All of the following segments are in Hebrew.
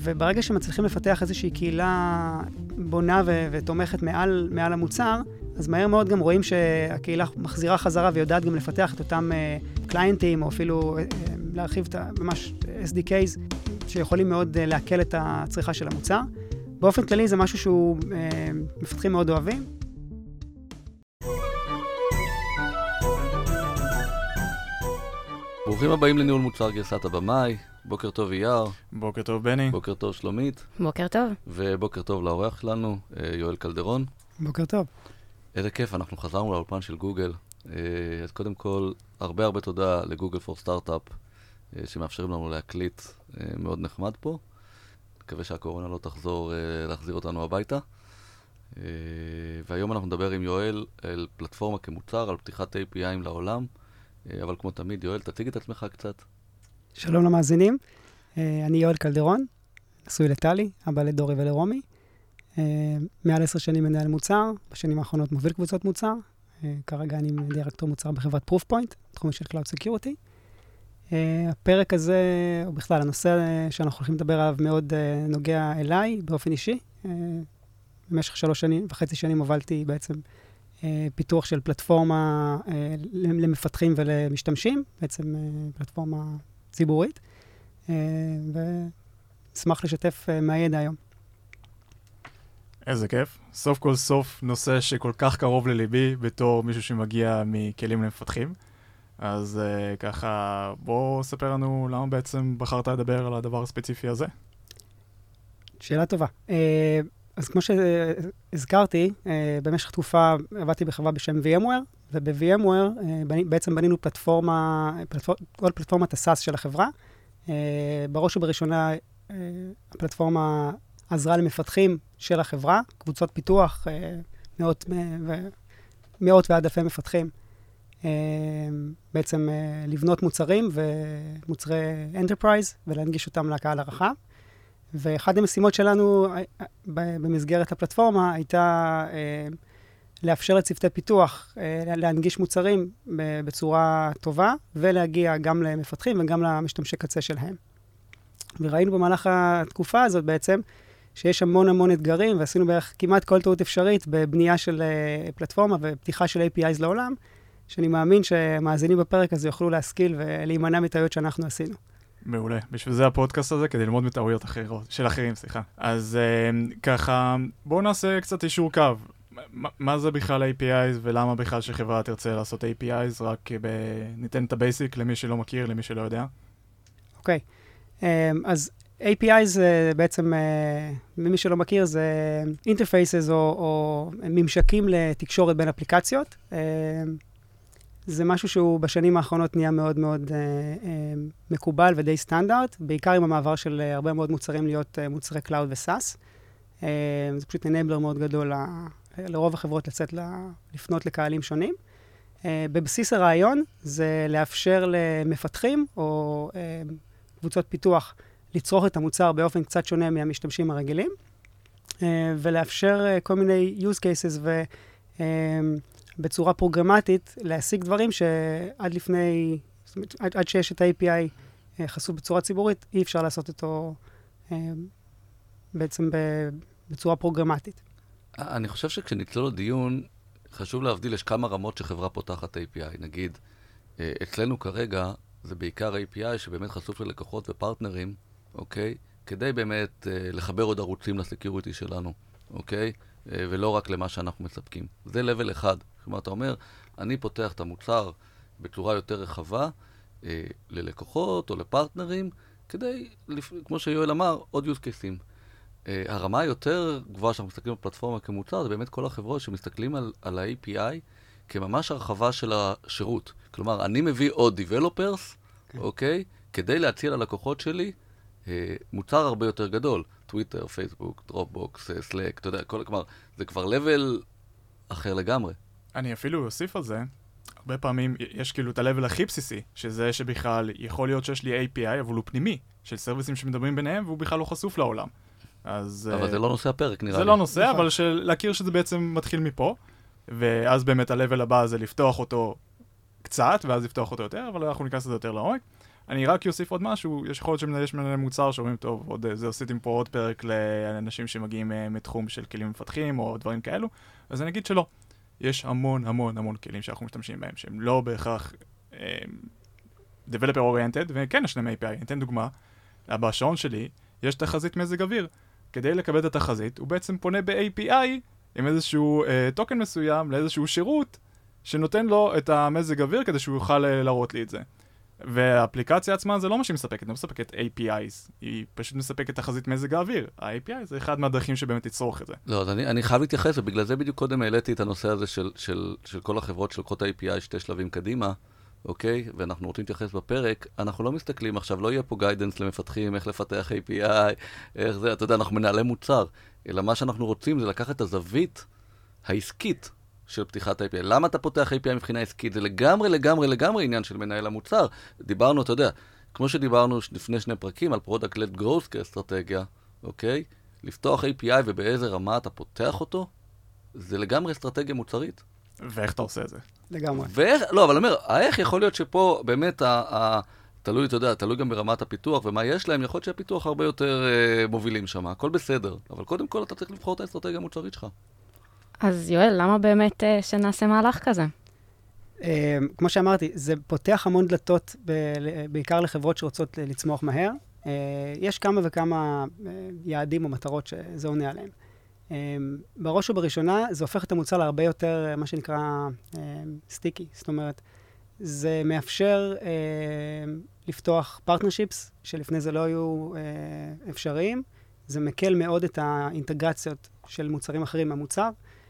וברגע שמצליחים לפתח איזושהי קהילה בונה ותומכת מעל המוצר, אז מהר מאוד גם רואים שהקהילה מחזירה חזרה ויודעת גם לפתח את אותם קליינטים, או אפילו להרחיב את ממש SDKs, שיכולים מאוד להקל את הצריכה של המוצר. באופן כללי זה משהו שהוא מפתחים מאוד אוהבים. ברוכים הבאים לניהול מוצר גרסת הבמאי. בוקר טוב אייר. בוקר טוב בני. בוקר טוב שלומית. בוקר טוב. ובוקר טוב לאורח שלנו, יואל קלדרון. בוקר טוב. איזה כיף, אנחנו חזרנו לאולפן של גוגל. אז קודם כל, הרבה תודה לגוגל פור סטארט-אפ, שמאפשרים לנו להקליט, מאוד נחמד פה. מקווה שהקורונה לא תחזור להחזיר אותנו הביתה. והיום אנחנו נדבר עם יואל על פלטפורמה כמוצר, על פתיחת API'ים לעולם. אבל כמו תמיד, יואל, תציג את עצמך קצת. שלום למאזינים, אני יואל קלדרון, נשוי לטלי, אבא לדורי ולרומי. מעל 10 שנים מנהל מוצר, בשנים האחרונות מוביל קבוצות מוצר. כרגע אני דירקטור מוצר בחברת Proofpoint, תחום של Cloud Security. הפרק הזה, או בכלל, הנושא שאנחנו הולכים לדבר עליו מאוד נוגע אליי באופן אישי. במשך 3.5 שנים הובלתי בעצם פיתוח של פלטפורמה למפתחים ולמשתמשים, בעצם פלטפורמה ציבורית, ונשמח לשתף מהידע היום. איזה כיף. סוף כל סוף נושא שכל כך קרוב לליבי בתור מישהו שמגיע מכלים למפתחים. אז ככה, בוא ספר לנו למה בעצם בחרת לדבר על הדבר הספציפי הזה. שאלה טובה. אז כמו שהזכרתי, במשך תקופה עבדתי בחברה בשם VMware, וב-VMware בעצם בנינו כל פלטפורמת הסאס של החברה. בראש ובראשונה, הפלטפורמה עזרה למפתחים של החברה, קבוצות פיתוח, מאות ועד אלפי מפתחים, בעצם לבנות מוצרים ומוצרי Enterprise ולהנגיש אותם לקהל הרחב. ואחת המשימות שלנו במסגרת הפלטפורמה הייתה לאפשר לצוותי פיתוח להנגיש מוצרים בצורה טובה, ולהגיע גם למפתחים וגם למשתמשי קצה שלהם. וראינו במהלך התקופה הזאת בעצם, שיש המון אתגרים, ועשינו בערך כמעט כל טעות אפשרית בבנייה של פלטפורמה ופתיחה של APIs לעולם, שאני מאמין שמאזינים בפרק הזה יוכלו להשכיל ולהימנע מטעויות שאנחנו עשינו. מעולה. בשביל זה הפודקאסט הזה, כדי ללמוד מטעויות של אחרים, סליחה. אז ככה, בואו נעשה קצת אישור קו. מה זה בכלל APIs ולמה בכלל שחברה תרצה לעשות APIs? רק ניתן את הבייסיק למי שלא מכיר, למי שלא יודע. אוקיי. אז APIs זה בעצם, ממי שלא מכיר, זה interfaces או ממשקים לתקשורת בין אפליקציות. זה משהו שהוא בשנים האחרונות נהיה מאוד מקובל ודי סטנדרט, בעיקר עם המעבר של הרבה מאוד מוצרים להיות מוצרי Cloud ו-SaaS. זה פשוט enabler מאוד גדול לרוב החברות לפנות לקהלים שונים. בבסיס הרעיון זה לאפשר למפתחים או קבוצות פיתוח לצרוך את המוצר באופן קצת שונה מהמשתמשים הרגילים, ולאפשר כל מיני use cases בצורה פרוגרמטית להשיג דברים שעד לפני, עד שיש את ה-API חשוף בצורה ציבורית, אי אפשר לעשות אותו בעצם בצורה פרוגרמטית. אני חושב שכשנצלול לדיון, חשוב להבדיל, יש כמה רמות שחברה פותחת API. נגיד, אצלנו כרגע זה בעיקר API שבאמת חשוף ללקוחות ופרטנרים, אוקיי? כדי באמת לחבר עוד ערוצים לסקיוריטי שלנו, אוקיי? ולא רק למה שאנחנו מספקים. זה level אחד. כלומר, אתה אומר, אני פותח את המוצר בצורה יותר רחבה ללקוחות או לפרטנרים, כדי, כמו שיואל אמר, עוד use cases. הרמה היותר גבוהה שאנחנו מסתכלים בפלטפורמה כמוצר, זה באמת כל החברות שמסתכלים על ה-API כממש הרחבה של השירות. כלומר, אני מביא עוד developers, אוקיי? כדי להציע ללקוחות שלי מוצר הרבה יותר גדול. טוויטר, פייסבוק, דרופבוקס, סלאק, אתה יודע, כלומר, זה כבר level אחר לגמרי. אני אפילו אוסיף על זה, הרבה פעמים יש כאילו את ה-level הכי בסיסי, שזה שבכלל יכול להיות שיש לי API, אבל הוא פנימי, של סרוויסים שמדברים ביניהם, והוא בכלל לא חשוף לעולם. אז אבל זה לא נושא הפרק, נראה לי. זה לא נושא, אבל להכיר שזה בעצם מתחיל מפה, ואז באמת ה-level הבא זה לפתוח אותו קצת, ואז לפתוח אותו יותר, אבל אנחנו ניכנס לזה יותר לעומק. אני רק אוסיף עוד משהו, יש יכול להיות שיש מנהלי מוצר שאומרים, טוב, זה עשיתם פה עוד פרק לאנשים שמגיעים מתחום של כלים מפתחים או דברים כאלו, אז אני אגיד שלא. יש המון המון המון כלים שאנחנו משתמשים בהם, שהם לא בהכרח developer oriented, וכן יש להם API. אני אתן דוגמה, בשעון שלי יש תחזית מזג אוויר. כדי לקבל את התחזית, הוא בעצם פונה ב-API עם איזשהו טוקן מסוים לאיזשהו שירות שנותן לו את המזג אוויר כדי שהוא יוכל להראות לי את זה. והאפליקציה עצמה זה לא מה שהיא מספקת, היא לא מספקת APIs, היא פשוט מספקת תחזית מזג האוויר. ה-API זה אחד מהדרכים שבאמת יצרוך את זה. לא, אז אני חייב להתייחס, ובגלל זה בדיוק קודם העליתי את הנושא הזה של כל החברות שלוקחות ה-API 2 שלבים קדימה, אוקיי? ואנחנו רוצים להתייחס בפרק, אנחנו לא מסתכלים עכשיו, לא יהיה פה גיידנס למפתחים, איך לפתח API, איך זה, אתה יודע, אנחנו מנהלי מוצר, אלא מה שאנחנו רוצים זה לקחת את הזווית העסקית של פתיחת ה-API. למה אתה פותח API מבחינה עסקית? זה לגמרי עניין של מנהל המוצר. דיברנו, אתה יודע, כמו שדיברנו לפני 2 פרקים על Product-led Growth כאסטרטגיה, אוקיי? לפתוח API ובאיזה רמה אתה פותח אותו, זה לגמרי אסטרטגיה מוצרית. ואיך אתה עושה את זה? לגמרי. לא, אבל אומר, איך יכול להיות שפה באמת תלוי, אתה יודע, תלוי גם ברמת הפיתוח ומה יש להם, יכול להיות שהפיתוח הרבה יותר מובילים שם, הכל בסדר. אבל קודם כל אתה צריך לבחור את האסטרטגיה המוצרית שלך. אז יואל, למה באמת שנעשה מהלך כזה? כמו שאמרתי, זה פותח המון דלתות, בעיקר לחברות שרוצות לצמוח מהר. יש כמה וכמה יעדים או מטרות שזה עונה עליהם. בראש ובראשונה, זה הופך את המוצר להרבה יותר, מה שנקרא, סטיקי. זאת אומרת, זה מאפשר לפתוח פרטנרשיפס, שלפני זה לא היו אפשריים. זה מקל מאוד את האינטגרציות של מוצרים אחרים מהמוצר.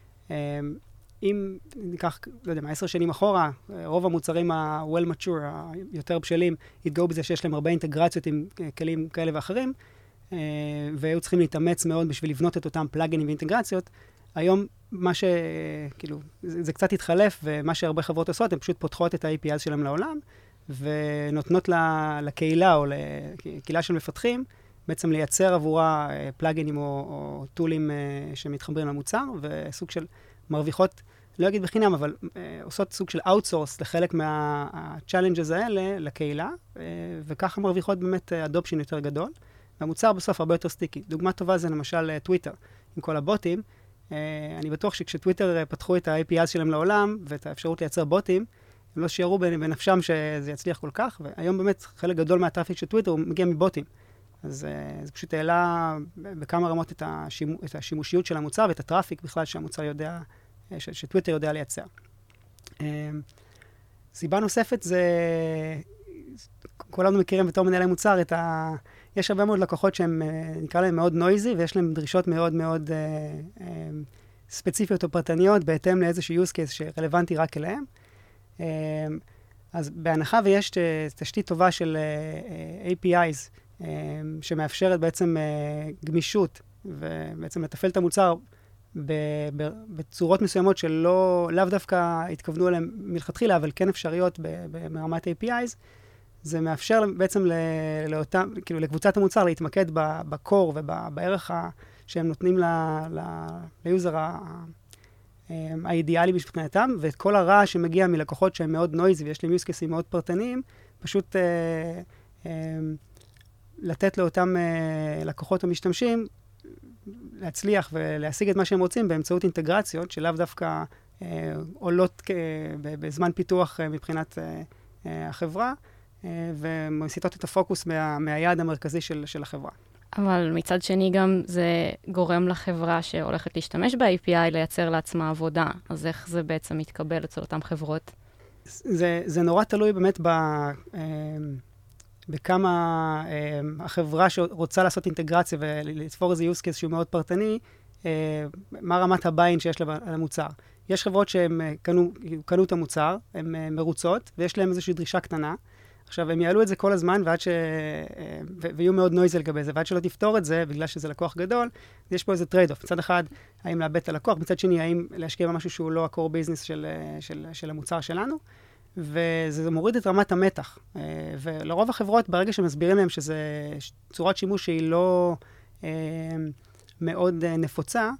אם ניקח, לא יודע, 10 שנים אחורה, רוב המוצרים ה-well mature, היותר בשלים, התגאו בזה שיש להם הרבה אינטגרציות עם כלים כאלה ואחרים, והיו צריכים להתאמץ מאוד בשביל לבנות את אותם פלאגינים ואינטגרציות. היום, מה ש... כאילו, זה קצת התחלף, ומה שהרבה חברות עושות, הן פשוט פותחות את ה-API שלהם לעולם, ונותנות לקהילה או לקהילה של מפתחים, בעצם לייצר עבורה פלאגינים או טולים שמתחברים למוצר, וסוג של מרוויחות, לא אגיד בחינם, אבל עושות סוג של אאוטסורס לחלק מה-challenges האלה לקהילה, וככה מרוויחות באמת אדופשן יותר גדול. והמוצר בסוף הרבה יותר סטיקי. דוגמה טובה זה למשל טוויטר, עם כל הבוטים. אני בטוח שכשטוויטר פתחו את ה-APIs שלהם לעולם, ואת האפשרות לייצר בוטים, הם לא שיערו בנפשם שזה יצליח כל כך, והיום באמת חלק גדול מהטראפיק של טוויטר הוא מגיע מבוטים. אז זה פשוט העלה בכמה רמות את השימושיות של המוצר, ואת הטראפיק בכלל שהמוצר יודע, שטוויטר יודע לייצר. סיבה נוספת זה, כולנו מכירים בתור מנהלי מוצר, יש הרבה מאוד לקוחות שהם, נקרא להם מאוד נויזי, ויש להם דרישות מאוד מאוד ספציפיות או פרטניות, בהתאם לאיזשהו use case שרלוונטי רק אליהם. אז בהנחה ויש תשתית טובה של APIs, שמאפשרת בעצם גמישות, ובעצם לתפעל את המוצר בצורות מסוימות שלא, לאו דווקא התכוונו אליהם מלכתחילה, אבל כן אפשריות ברמת APIs, זה מאפשר בעצם לאותם, כאילו לקבוצת המוצר להתמקד בקור ובערך שהם נותנים ליוזר האידיאלי מבחינתם, ואת כל הרע שמגיע מלקוחות שהם מאוד נויזי ויש להם use cases מאוד פרטניים, פשוט לתת לאותם לקוחות המשתמשים להצליח ולהשיג את מה שהם רוצים באמצעות אינטגרציות שלאו דווקא עולות בזמן פיתוח מבחינת החברה, ומסיטות את הפוקוס מהיעד המרכזי של החברה. אבל מצד שני גם זה גורם לחברה שהולכת להשתמש ב-API לייצר לעצמה עבודה. אז איך זה בעצם מתקבל אצל אותם חברות? זה נורא תלוי באמת בכמה החברה שרוצה לעשות אינטגרציה ולתפור איזה use case שהוא מאוד פרטני, מה רמת הביין שיש למוצר. יש חברות שהם קנו את המוצר, הן מרוצות, ויש להם איזושהי דרישה קטנה. עכשיו, הם יעלו את זה כל הזמן, ויהיו מאוד נויז לגבי זה, ועד שלא תפתור את זה, בגלל שזה לקוח גדול, יש פה איזה טרייד-אוף. מצד אחד, האם לאבד את הלקוח, מצד שני, האם להשקיע במשהו שהוא לא ה-core business של המוצר שלנו, וזה מוריד את רמת המתח. ולרוב החברות, ברגע שמסבירים להם שזה צורת שימוש שהיא לא מאוד נפוצה,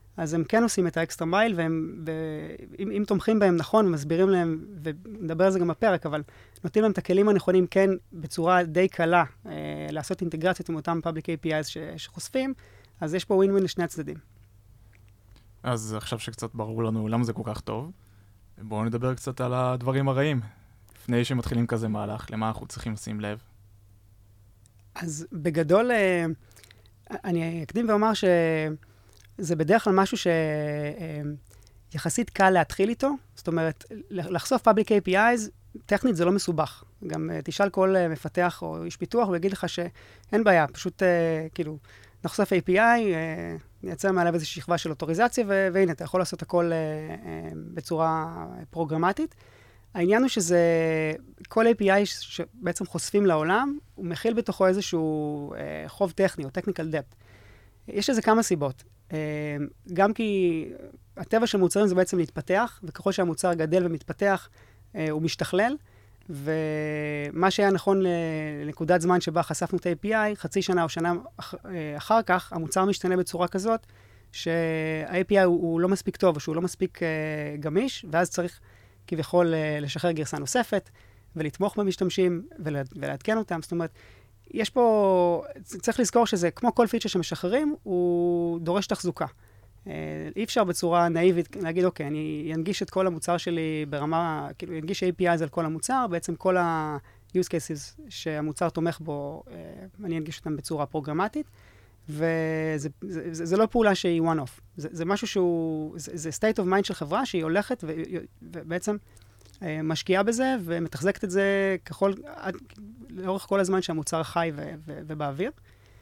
אז הם כן עושים את האקסטרה מייל, ואם תומכים בהם נכון, מסבירים להם, ונדבר על זה גם בפרק, אבל נותנים להם את הכלים הנכונים, כן, בצורה די קלה, לעשות אינטגרציות עם אותם Public APIs שחושפים, אז יש פה ווין-ווין לשני הצדדים. אז עכשיו שקצת ברור לנו למה זה כל כך טוב, בואו נדבר קצת על הדברים הרעים. לפני שמתחילים כזה מהלך, למה אנחנו צריכים לשים לב? אז בגדול, אני אקדים ואומר שזה בדרך כלל משהו שיחסית קל להתחיל איתו. זאת אומרת, לחשוף Public APIs, טכנית זה לא מסובך. גם תשאל כל מפתח או איש פיתוח, הוא יגיד לך שאין בעיה, פשוט כאילו, נחשוף API, נייצר מעליו איזושהי שכבה של אוטוריזציה, והנה, אתה יכול לעשות הכל בצורה פרוגרמטית. העניין הוא שזה, כל API שבעצם חושפים לעולם, הוא מכיל בתוכו איזשהו חוב טכני או technical debt. יש לזה כמה סיבות. גם כי הטבע של מוצרים זה בעצם להתפתח, וככל שהמוצר גדל ומתפתח, הוא משתכלל, ומה שהיה נכון לנקודת זמן שבה חשפנו את ה-API, חצי שנה או שנה אחר כך, המוצר משתנה בצורה כזאת, שה-API הוא לא מספיק טוב, או שהוא לא מספיק גמיש, ואז צריך כביכול לשחרר גרסה נוספת, ולתמוך במשתמשים, ולעדכן אותם. זאת אומרת, יש פה, צריך לזכור שזה, כמו כל פיצ'ר שמשחררים, הוא דורש תחזוקה. אי אפשר בצורה נאיבית להגיד, אוקיי, אני אנגיש את כל המוצר שלי ברמה, כאילו, אנגיש APIs על כל המוצר, בעצם כל ה-use cases שהמוצר תומך בו, אני אנגיש אותם בצורה פרוגרמטית, וזה לא פעולה שהיא one-off. זה משהו שהוא, זה state of mind של חברה שהיא הולכת ובעצם משקיעה בזה ומתחזקת את זה לאורך כל הזמן שהמוצר חי ובאוויר.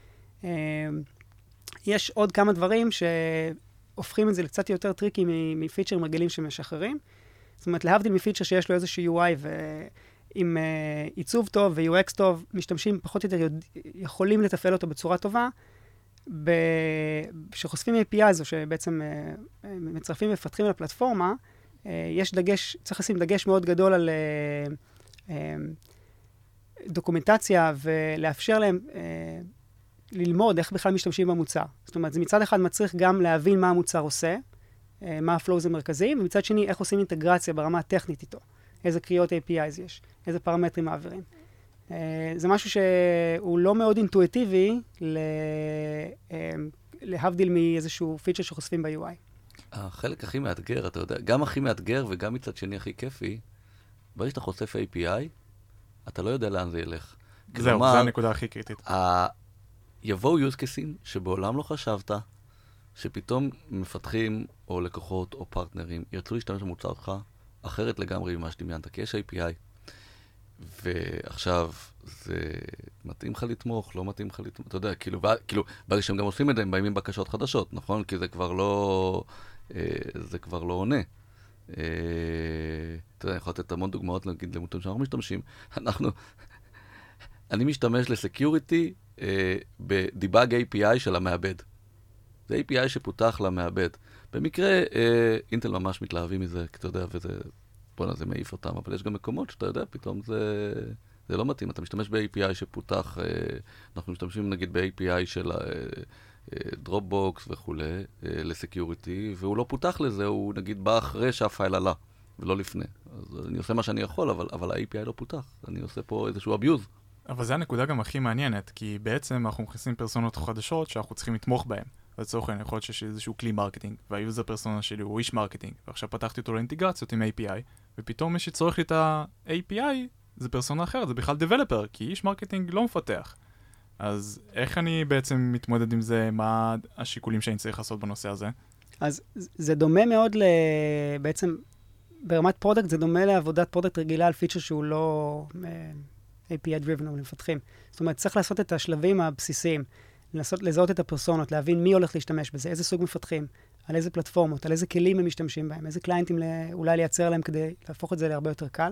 יש עוד כמה דברים שהופכים את זה לקצת יותר טריקי מפיצ'רים רגילים שמשחררים. זאת אומרת, להבדיל מפיצ'ר שיש לו איזשהו UI ועם עיצוב טוב ו-UX טוב, משתמשים פחות או יותר יכולים לתפעל אותו בצורה טובה. כשחושפים APIs או שבעצם מצרפים ומפתחים על הפלטפורמה, יש דגש, צריך לשים דגש מאוד גדול על דוקומנטציה ולאפשר להם ללמוד איך בכלל משתמשים במוצר. זאת אומרת, זה מצד אחד מצריך גם להבין מה המוצר עושה, מה הפלואוז המרכזיים, ומצד שני, איך עושים אינטגרציה ברמה הטכנית איתו. איזה קריאות APIs יש, איזה פרמטרים מעבירים. זה משהו שהוא לא מאוד אינטואיטיבי להבדיל מאיזשהו פיצ'ר שחושפים ב-UI. החלק הכי מאתגר, אתה יודע, גם הכי מאתגר וגם מצד שני הכי כיפי, ברגע שאתה חושף API, אתה לא יודע לאן זה ילך. זהו, זו הנקודה הכי קריטית. יבואו use cases שבעולם לא חשבת, שפתאום מפתחים או לקוחות או פרטנרים ירצו להשתמש במוצר שלך אחרת לגמרי ממה שדמיינת, כי יש API. ועכשיו, זה מתאים לך לתמוך, לא מתאים לך לתמוך, אתה יודע, כאילו, ברגע שהם גם עושים את זה, הם באים עם בקשות חדשות, נכון? כי זה כבר לא עונה. אתה יודע, אני יכול לתת המון דוגמאות, נגיד, למותים שאנחנו משתמשים. אני משתמש לסקיוריטי בדיבאג API של המעבד. זה API שפותח למעבד. במקרה, אינטל ממש מתלהבים מזה, כי אתה יודע, וזה... בוא'נה, זה מעיף אותם, אבל יש גם מקומות שאתה יודע, פתאום זה לא מתאים. אתה משתמש ב-API שפותח, אנחנו משתמשים נגיד ב-API של דרופבוקס וכו', לסקיוריטי, והוא לא פותח לזה, הוא נגיד בא אחרי שהפייל עלה, ולא לפני. אז אני עושה מה שאני יכול, אבל ה-API לא פותח. אני עושה פה איזשהו אביוז. אבל זו הנקודה גם הכי מעניינת, כי בעצם אנחנו מכניסים פרסונות חדשות שאנחנו צריכים לתמוך בהן. לצורך העניין, יכול להיות שיש איזשהו כלי מרקטינג, והיוזר פרסונה שלי הוא איש מרקטינג, ועכשיו פתחתי אותו לאינטגרציות עם API, ופתאום מי שצורך לי את ה-API זה פרסונה אחרת, זה בכלל דבלפר, כי איש מרקטינג לא מפתח. אז איך אני בעצם מתמודד עם זה? מה השיקולים שאני צריך לעשות בנושא הזה? אז זה דומה מאוד בעצם, ברמת פרודקט, זה דומה לעבודת פרודקט רגילה על פיצ'ר שהוא לא API driven או למפתחים. זאת אומרת, צריך לעשות את השלבים הבסיסיים, לזהות את הפרסונות, להבין מי הולך להשתמש בזה, איזה סוג מפתחים, על איזה פלטפורמות, על איזה כלים הם משתמשים בהם, איזה קליינטים אולי לייצר להם כדי להפוך את זה להרבה יותר קל.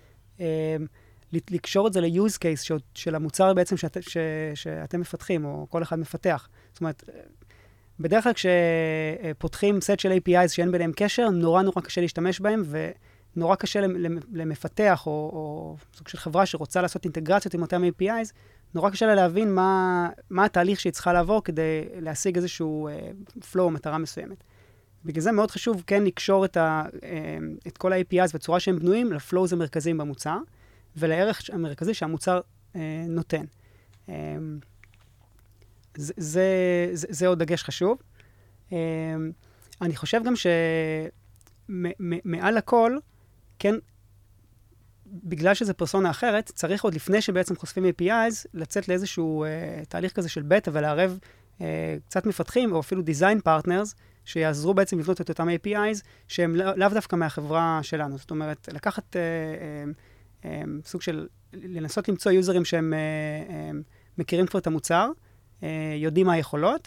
לקשור את זה ל-use case של המוצר בעצם שאתם מפתחים, או כל אחד מפתח. זאת אומרת, בדרך כלל כשפותחים סט של APIs שאין ביניהם קשר, נורא קשה להשתמש בהם, ונורא קשה למפתח, או סוג של חברה שרוצה לעשות אינטגרציות עם אותם APIs, נורא קשה לה להבין מה התהליך שהיא צריכה לעבור כדי להשיג איזשהו flow או מטרה מסוימת. בגלל זה מאוד חשוב כן לקשור את כל ה-APIs בצורה שהם בנויים לפלואוז המרכזיים במוצר, ולערך המרכזי שהמוצר נותן. זה עוד דגש חשוב. אני חושב גם שמעל הכל, כן, בגלל שזה פרסונה אחרת, צריך עוד לפני שבעצם חושפים APIs, לצאת לאיזשהו תהליך כזה של בטא ולערב קצת מפתחים, או אפילו design partners, שיעזרו בעצם לבנות את אותם APIs, שהם לאו דווקא מהחברה שלנו. זאת אומרת, לקחת סוג של, לנסות למצוא יוזרים שהם מכירים כבר את המוצר, יודעים מה היכולות,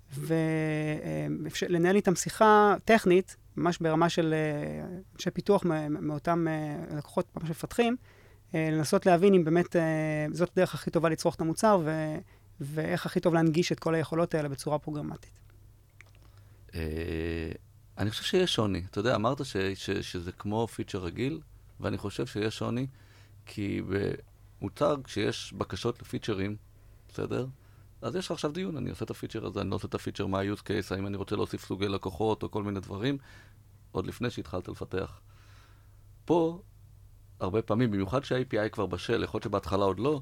ולנהל איתם שיחה טכנית, ממש ברמה של אנשי פיתוח מאותם לקוחות ממש מפתחים, לנסות להבין אם באמת זאת הדרך הכי טובה לצרוך את המוצר, ואיך הכי טוב להנגיש את כל היכולות האלה בצורה פרוגרמטית. אני חושב שיש שוני. אתה יודע, אמרת שזה כמו פיצ'ר רגיל, ואני חושב שיש שוני, כי במוצר, כשיש בקשות לפיצ'רים, בסדר? אז יש לך עכשיו דיון, אני עושה את הפיצ'ר הזה, אני לא עושה את הפיצ'ר מה ה-use case, האם אני רוצה להוסיף סוגי לקוחות או כל מיני דברים, עוד לפני שהתחלת לפתח. פה, הרבה פעמים, במיוחד שה-API כבר בשל, יכול להיות שבהתחלה עוד לא,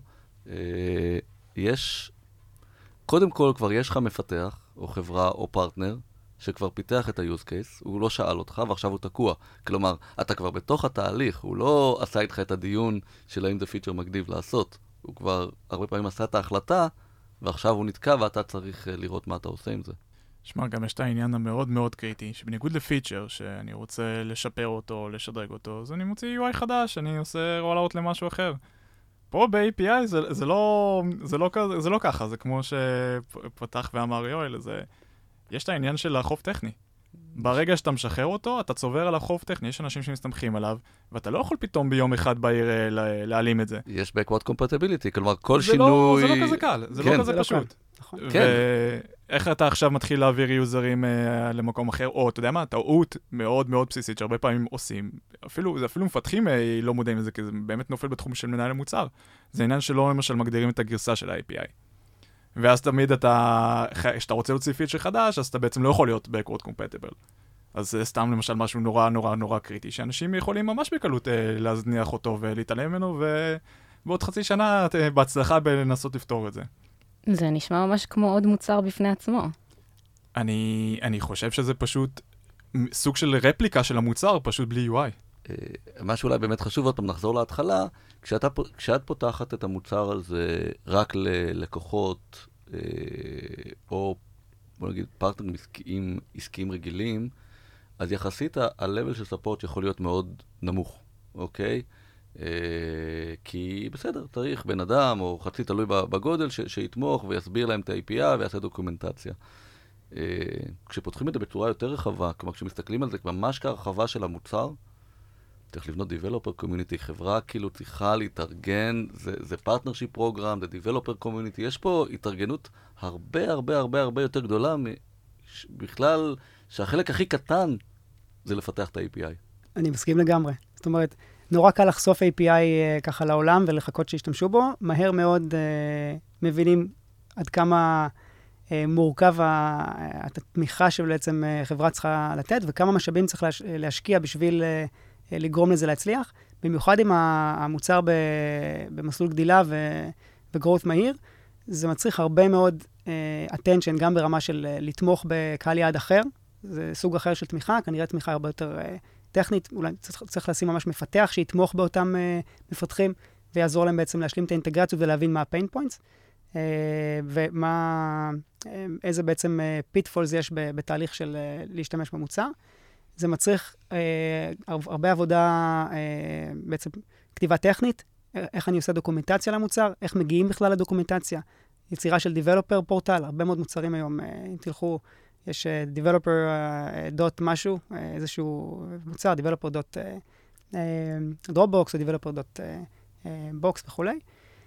יש, קודם כל כבר יש לך מפתח, או חברה או פרטנר, שכבר פיתח את ה-use case, הוא לא שאל אותך ועכשיו הוא תקוע. כלומר, אתה כבר בתוך התהליך, הוא לא עשה איתך את הדיון של האם זה פיצ'ר מגניב לעשות. הוא כבר הרבה פעמים עשה את ההחלטה, ועכשיו הוא נתקע ואתה צריך לראות מה אתה עושה עם זה. שמע, גם יש את העניין המאוד מאוד קריטי, שבניגוד לפיצ'ר, שאני רוצה לשפר אותו, לשדרג אותו, אז אני מוציא UI חדש, אני עושה רולאוט למשהו אחר. פה ב-API זה לא ככה, זה כמו שפתח ואמר יואל, יש את העניין של החוב טכני. ברגע שאתה משחרר אותו, אתה צובר על החוב טכני, יש אנשים שמסתמכים עליו, ואתה לא יכול פתאום ביום אחד בעיר להעלים את זה. יש backward compatibility, כלומר כל שינוי... זה לא כזה קל, זה לא כזה פשוט. ואיך אתה עכשיו מתחיל להעביר יוזרים למקום אחר, או אתה יודע מה, טעות מאוד מאוד בסיסית שהרבה פעמים עושים, אפילו מפתחים לא מודעים לזה, כי זה באמת נופל בתחום של מנהל המוצר. זה עניין שלא למשל מגדירים את הגרסה של ה-API. ואז תמיד כשאתה רוצה להוציא פיצ'ר חדש, אז אתה בעצם לא יכול להיות backward compatible. אז זה סתם למשל משהו נורא נורא נורא קריטי, שאנשים יכולים ממש בקלות להזניח אותו ולהתעלם ממנו, ובעוד חצי שנה בהצלחה בלנסות לפתור את זה. זה נשמע ממש כמו עוד מוצר בפני עצמו. אני חושב שזה פשוט סוג של רפליקה של המוצר, פשוט בלי UI. מה שאולי באמת חשוב, עוד פעם נחזור להתחלה, כשאת פותחת את המוצר הזה רק ללקוחות, או בוא נגיד פרטנרים עסקיים רגילים, אז יחסית ה-level של ספורט יכול להיות מאוד נמוך, אוקיי? כי בסדר, צריך בן אדם, או חצי תלוי בגודל, שיתמוך ויסביר להם את ה-API ויעשה דוקומנטציה. כשפותחים את זה בצורה יותר רחבה, כלומר כשמסתכלים על זה ממש כרחבה של המוצר, צריך לבנות Developer Community, חברה כאילו צריכה להתארגן, זה Partnership Program, זה Developer Community, יש פה התארגנות הרבה הרבה הרבה הרבה יותר גדולה, בכלל שהחלק הכי קטן זה לפתח את ה-API. אני מסכים לגמרי. זאת אומרת, נורא קל לחשוף API ככה לעולם ולחכות שישתמשו בו, מהר מאוד מבינים עד כמה מורכב התמיכה שבעצם חברה צריכה לתת, וכמה משאבים צריך להשקיע בשביל לגרום לזה להצליח, במיוחד עם המוצר במסלול גדילה וגרורת מהיר, זה מצריך הרבה מאוד attention, גם ברמה של לתמוך בקהל יעד אחר, זה סוג אחר של תמיכה, כנראה תמיכה הרבה יותר טכנית, אולי צריך לשים ממש מפתח שיתמוך באותם מפתחים, ויעזור להם בעצם להשלים את האינטגרציות ולהבין מה ה-pain points, איזה בעצם pitfalls יש בתהליך של להשתמש במוצר. זה מצריך הרבה עבודה, בעצם כתיבה טכנית, איך אני עושה דוקומנטציה למוצר, איך מגיעים בכלל לדוקומנטציה, יצירה של developer פורטל, הרבה מאוד מוצרים היום, אם תלכו, יש developer dot משהו, איזשהו מוצר, developer dot dropbox או developer dot box וכולי,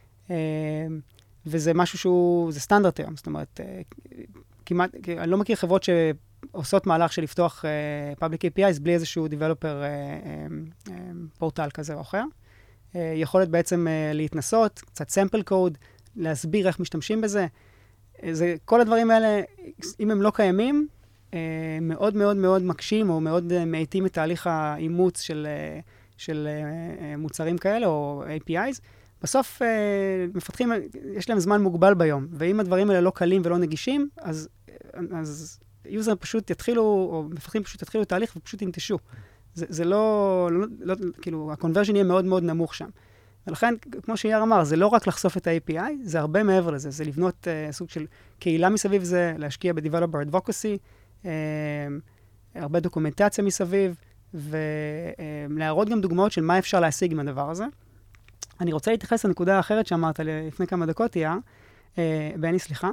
וזה משהו שהוא, זה סטנדרט היום, זאת אומרת, כמעט, אני לא מכיר חברות שעושות מהלך של לפתוח public APIs בלי איזשהו developer פורטל כזה או אחר. יכולת בעצם להתנסות, קצת sample code, להסביר איך משתמשים בזה. כל הדברים האלה, אם הם לא קיימים, מאוד מאוד מאוד מקשים, או מאוד מאיטים את תהליך האימוץ של מוצרים כאלה, או APIs. בסוף מפתחים, יש להם זמן מוגבל ביום, ואם הדברים האלה לא קלים ולא נגישים, אז יוזרים פשוט יתחילו, או מפתחים פשוט יתחילו תהליך ופשוט ינטשו. זה לא, כאילו, הקונברז'ן יהיה מאוד מאוד נמוך שם. ולכן, כמו שיאיר אמר, זה לא רק לחשוף את ה-API, זה הרבה מעבר לזה. זה לבנות סוג של קהילה מסביב זה, להשקיע ב-Developer Advocacy, הרבה דוקומנטציה מסביב, ולהראות גם דוגמאות של מה אפשר להשיג עם הדבר הזה. אני רוצה להתייחס לנקודה האחרת שאמרת לפני כמה דקות, בני, סליחה,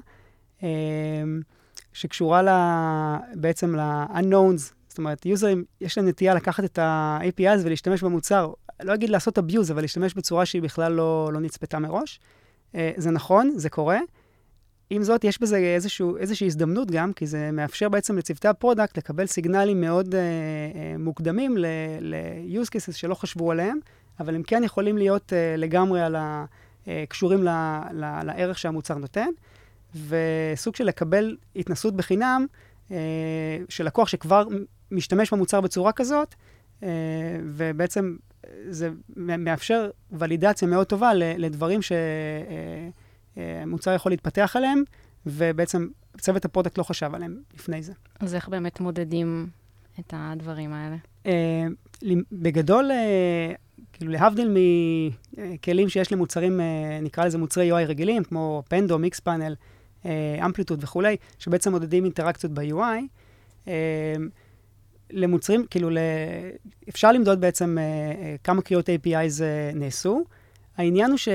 שקשורה בעצם ל-unknowns, זאת אומרת, יוזרים, יש להם נטייה לקחת את ה-APIs ולהשתמש במוצר, לא אגיד לעשות abuse, אבל להשתמש בצורה שהיא בכלל לא נצפתה מראש. זה נכון, זה קורה. עם זאת, יש בזה איזושהי הזדמנות גם, כי זה מאפשר בעצם לצוותי הפרודקט לקבל סיגנלים מאוד מוקדמים ל-use cases שלא חשבו עליהם, אבל הם כן יכולים להיות לגמרי קשורים לערך שהמוצר נותן, וסוג של לקבל התנסות בחינם של לקוח שכבר משתמש במוצר בצורה כזאת, ובעצם זה מאפשר ולידציה מאוד טובה לדברים שהמוצר יכול להתפתח עליהם, ובעצם צוות הפרודקט לא חשב עליהם לפני זה. אז איך באמת מודדים את הדברים האלה? בגדול, כאילו להבדיל מכלים שיש למוצרים, נקרא לזה מוצרי UI רגילים, כמו פנדו, מיקס פאנל, אמפליטוד וכולי, שבעצם מודדים אינטראקציות ב-UI, למוצרים, כאילו, אפשר למדוד בעצם כמה קריאות APIs נעשו. העניין הוא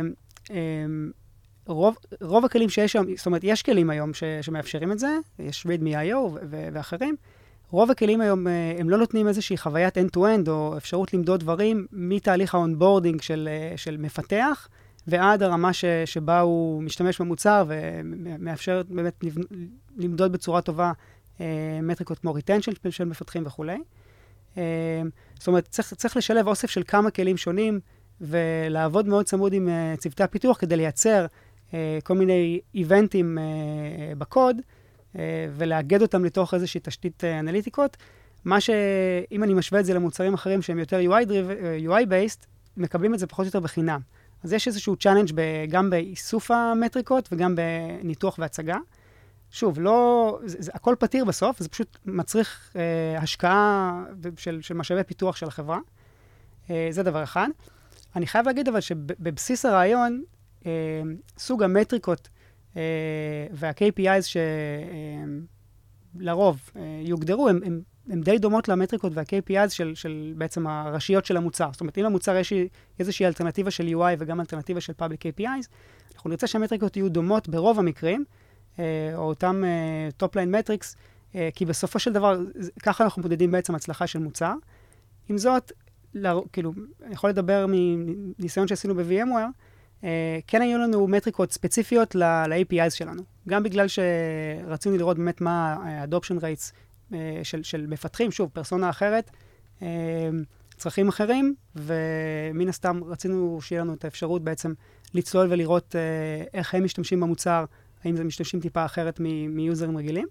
רוב הכלים שיש היום, זאת אומרת, יש כלים היום שמאפשרים את זה, יש readme.io ואחרים. רוב הכלים היום, הם לא נותנים איזושהי חוויית end-to-end, או אפשרות למדוד דברים מתהליך ה-onboarding של מפתח, ועד הרמה שבה הוא משתמש במוצר, ומאפשר באמת למדוד בצורה טובה מטריקות כמו retention של מפתחים וכו'. זאת אומרת, צריך לשלב אוסף של כמה כלים שונים, ולעבוד מאוד צמוד עם צוותי הפיתוח, כדי לייצר כל מיני איבנטים בקוד, ולאגד אותם לתוך איזושהי תשתית אנליטיקות. מה שאם אני משווה את זה למוצרים אחרים שהם יותר UI-based, מקבלים את זה פחות או יותר בחינם. אז יש איזשהו צ'אלנג' גם באיסוף המטריקות וגם בניתוח והצגה. שוב, הכל פתיר בסוף, זה פשוט מצריך השקעה של משאבי פיתוח של החברה. זה דבר אחד. אני חייב להגיד אבל שבבסיס הרעיון, סוג המטריקות וה-KPIs שלרוב יוגדרו, הם די דומות למטריקות וה-KPIs של בעצם הראשיות של המוצר. זאת אומרת, אם למוצר יש איזושהי אלטרנטיבה של UI וגם אלטרנטיבה של Public KPIs, אנחנו נרצה שהמטריקות יהיו דומות ברוב המקרים, או אותם top-line metrics, כי בסופו של דבר, ככה אנחנו מודדים בעצם הצלחה של מוצר. עם זאת, כאילו, אני יכול לדבר מניסיון שעשינו ב-VMware, כן היו לנו מטריקות ספציפיות ל-APIs שלנו. גם בגלל שרצינו לראות באמת מה ה-adoption rates של מפתחים, שוב, פרסונה אחרת, צרכים אחרים, ומן הסתם רצינו שיהיה לנו את האפשרות בעצם לצלול ולראות איך הם משתמשים במוצר, האם זה משתמשים טיפה אחרת מיוזרים רגילים.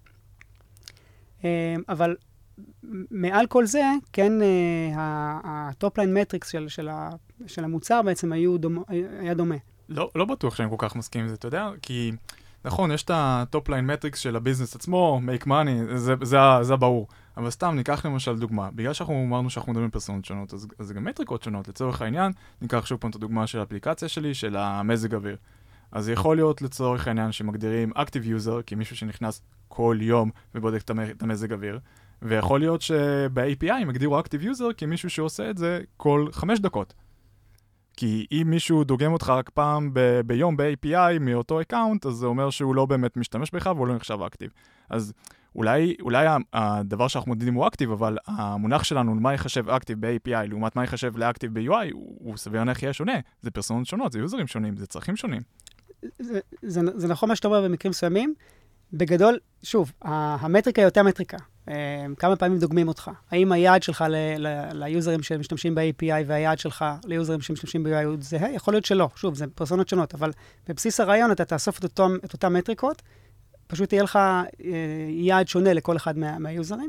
אבל מעל כל זה, כן, הטופליין מטריקס של המוצר בעצם היה דומה. לא בטוח שאני כל כך מסכים עם זה, אתה יודע? כי נכון, יש את הטופליין מטריקס של הביזנס עצמו, make money, זה ברור. אבל סתם, ניקח למשל דוגמה. בגלל שאנחנו אמרנו שאנחנו מדברים פרסונות שונות, אז זה גם מטריקות שונות. לצורך העניין, ניקח שוב פעם את הדוגמה של האפליקציה שלי, של המזג אוויר. אז יכול להיות לצורך העניין שמגדירים Active User, כי מישהו שנכנס כל יום ובודק את המזג אוויר, ויכול להיות שב-API הם הגדירו Active User כי מישהו שעושה את זה כל 5 דקות. כי אם מישהו דוגם אותך רק פעם ביום ב-API מאותו אקאונט, אז זה אומר שהוא לא באמת משתמש בך והוא לא נחשב אקטיב. אז אולי הדבר שאנחנו מודדים הוא אקטיב, אבל המונח שלנו, מה יחשב אקטיב ב-API, לעומת מה יחשב לאקטיב ב-UI, הוא סביר להניח יהיה שונה. זה פרסונות שונות, זה יוזרים שונים, זה צרכים שונים. זה נכון מה שאתה אומר במקרים מסוימים. בגדול, שוב, המטריקה היא אותה מטריקה. כמה פעמים דוגמים אותך. האם היעד שלך ליוזרים שמשתמשים ב-API והיעד שלך ליוזרים שמשתמשים ב-UI הוא זהה? יכול להיות שלא. שוב, זה פרסונות שונות, אבל בבסיס הרעיון אתה תאסוף את אותם מטריקות, פשוט יהיה לך יעד שונה לכל אחד מהיוזרים.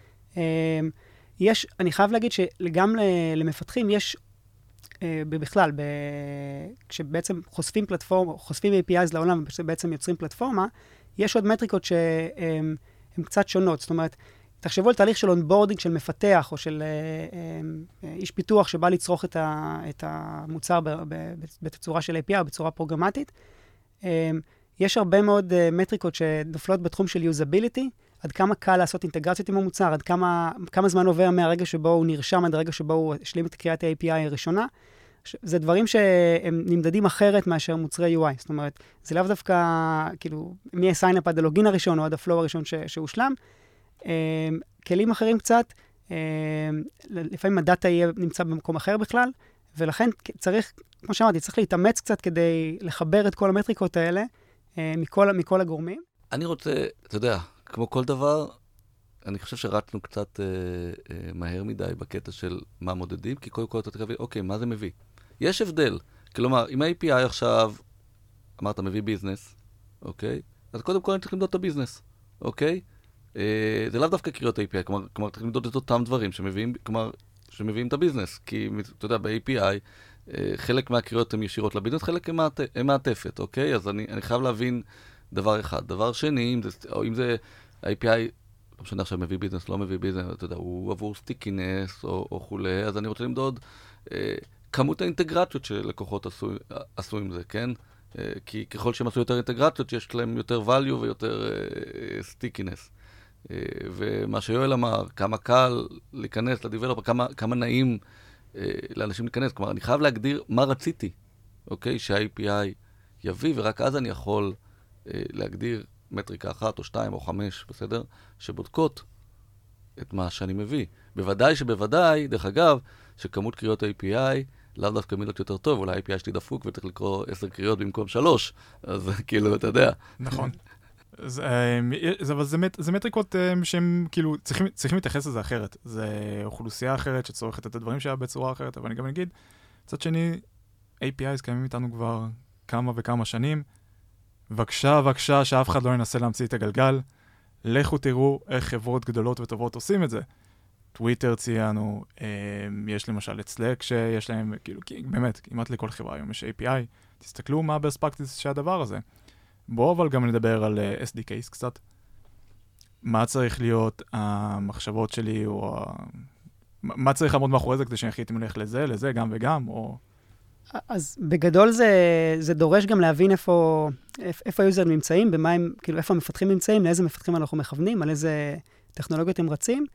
אני חייב להגיד שגם למפתחים יש, בכלל, כשבעצם חושפים APIs לעולם, ובעצם יוצרים פלטפורמה, יש עוד מטריקות שהן קצת שונות. זאת אומרת, תחשבו על תהליך של אונבורדינג של מפתח, או של איש פיתוח שבא לצרוך את המוצר בתצורה של API, או בצורה פרוגרמטית. יש הרבה מאוד מטריקות שנופלות בתחום של usability, עד כמה קל לעשות אינטגרציות עם המוצר, עד כמה זמן עובר מהרגע שבו הוא נרשם, עד הרגע שבו הוא השלים את קריאת ה-API הראשונה. זה דברים שהם נמדדים אחרת מאשר מוצרי UI. זאת אומרת, זה לאו דווקא, כאילו, מ-sign-up עד הלוגין הראשון, או עד הפלואו הראשון שהושלם. כלים אחרים קצת, לפעמים הדאטה נמצא במקום אחר בכלל, ולכן צריך, כמו שאמרתי, צריך להתאמץ קצת כדי לחבר את כל המטריקות האלה, מכל הגורמים. אני רוצה, אתה יודע, כמו כל דבר, אני חושב שרצנו קצת מהר מדי בקטע של מה מודדים, כי קודם כל אתה תקבל, אוקיי, מה זה מביא? יש הבדל. כלומר, אם ה-API עכשיו, אמרת, מביא ביזנס, אוקיי? אז קודם כל אני צריך למדוד את הביזנס, אוקיי? זה לאו דווקא קריאות API, כלומר, צריך למדוד את אותם דברים שמביאים את הביזנס, כי, אתה יודע, ב-API, חלק מהקריאות הן ישירות לביזנס, חלק הן מעטפת, אוקיי? אז אני חייב להבין דבר אחד. דבר שני, אם זה ה-API, לא משנה עכשיו מביא ביזנס, לא מביא ביזנס, אתה יודע, הוא עבור סטיקינס או חולה, אז אני רוצה למדוד כמות האינטגרציות שלקוחות עשו עם זה, כן? כי ככל שהם עשו יותר אינטגרציות, יש להם יותר value ויותר סטיקינס. ומה שיואל אמר, כמה קל להיכנס לדיבלופר, כמה נעים לאנשים להיכנס. כלומר, אני חייב להגדיר מה רציתי, אוקיי? שה-API יביא, ורק אז אני יכול להגדיר מטריקה 1 או 2 או 5, בסדר? שבודקות את מה שאני מביא. בוודאי, דרך אגב, שכמות קריאות ה-API לאו דווקא מילות יותר טוב, אולי ה-API שלי דפוק וצריך לקרוא 10 קריאות במקום 3, אז כאילו, אתה יודע. נכון. אבל זה מטריקות שהם כאילו צריכים להתייחס לזה אחרת. זה אוכלוסייה אחרת שצורכת את הדברים שלה בצורה אחרת, אבל אני גם אגיד, מצד שני, APIs קיימים איתנו כבר כמה וכמה שנים. בבקשה, שאף אחד לא ינסה להמציא את הגלגל. לכו תראו איך חברות גדולות וטובות עושים את זה. טוויטר ציינו, יש למשל את Slack שיש להם, כאילו, באמת, כמעט לכל חברה היום יש API. תסתכלו מה best practice שהדבר הזה. בואו אבל גם נדבר על SDKs קצת. מה צריך להיות המחשבות שלי, או מה צריך לעמוד מאחורי זה כדי שאני אחליט אם הולך לזה, גם וגם, או... אז בגדול זה דורש גם להבין איפה היוזרים נמצאים, כאילו איפה המפתחים נמצאים, לאיזה מפתחים אנחנו מכוונים, על איזה טכנולוגיות הם רצים,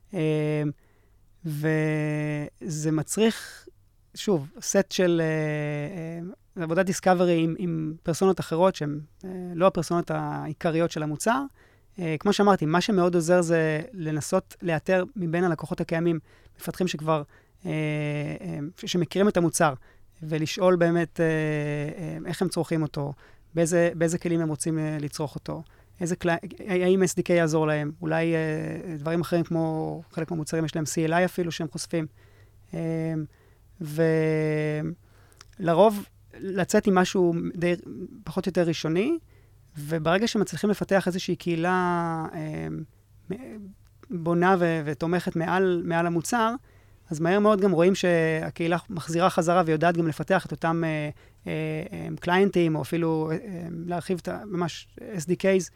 וזה מצריך, שוב, סט של עבודת דיסקאברי עם פרסונות אחרות, שהן לא הפרסונות העיקריות של המוצר. כמו שאמרתי, מה שמאוד עוזר זה לנסות לאתר מבין הלקוחות הקיימים, מפתחים שכבר, שמכירים את המוצר, ולשאול באמת איך הם צורכים אותו, באיזה כלים הם רוצים לצרוך אותו, האם SDK יעזור להם, אולי דברים אחרים כמו חלק מהמוצרים יש להם CLI אפילו שהם חושפים. ולרוב לצאת עם משהו פחות או יותר ראשוני, וברגע שמצליחים לפתח איזושהי קהילה בונה ותומכת מעל המוצר, אז מהר מאוד גם רואים שהקהילה מחזירה חזרה ויודעת גם לפתח את אותם קליינטים, או אפילו להרחיב את ממש SDKs,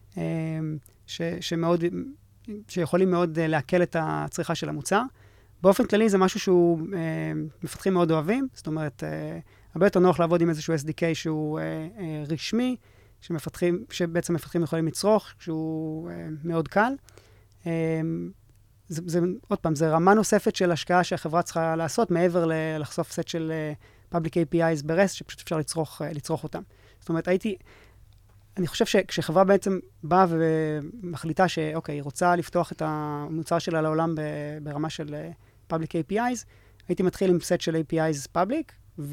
שיכולים מאוד להקל את הצריכה של המוצר. באופן כללי זה משהו שהוא מפתחים מאוד אוהבים, זאת אומרת, הרבה יותר נוח לעבוד עם איזשהו SDK שהוא רשמי, שבעצם מפתחים יכולים לצרוך, שהוא מאוד קל. עוד פעם, זה רמה נוספת של השקעה שהחברה צריכה לעשות, מעבר לחשוף סט של Public APIs ברסט, שפשוט אפשר לצרוך אותם. זאת אומרת, אני חושב שכשחברה בעצם באה ומחליטה שאוקיי, היא רוצה לפתוח את המוצר שלה לעולם ברמה של Public APIs, הייתי מתחיל עם סט של APIs Public,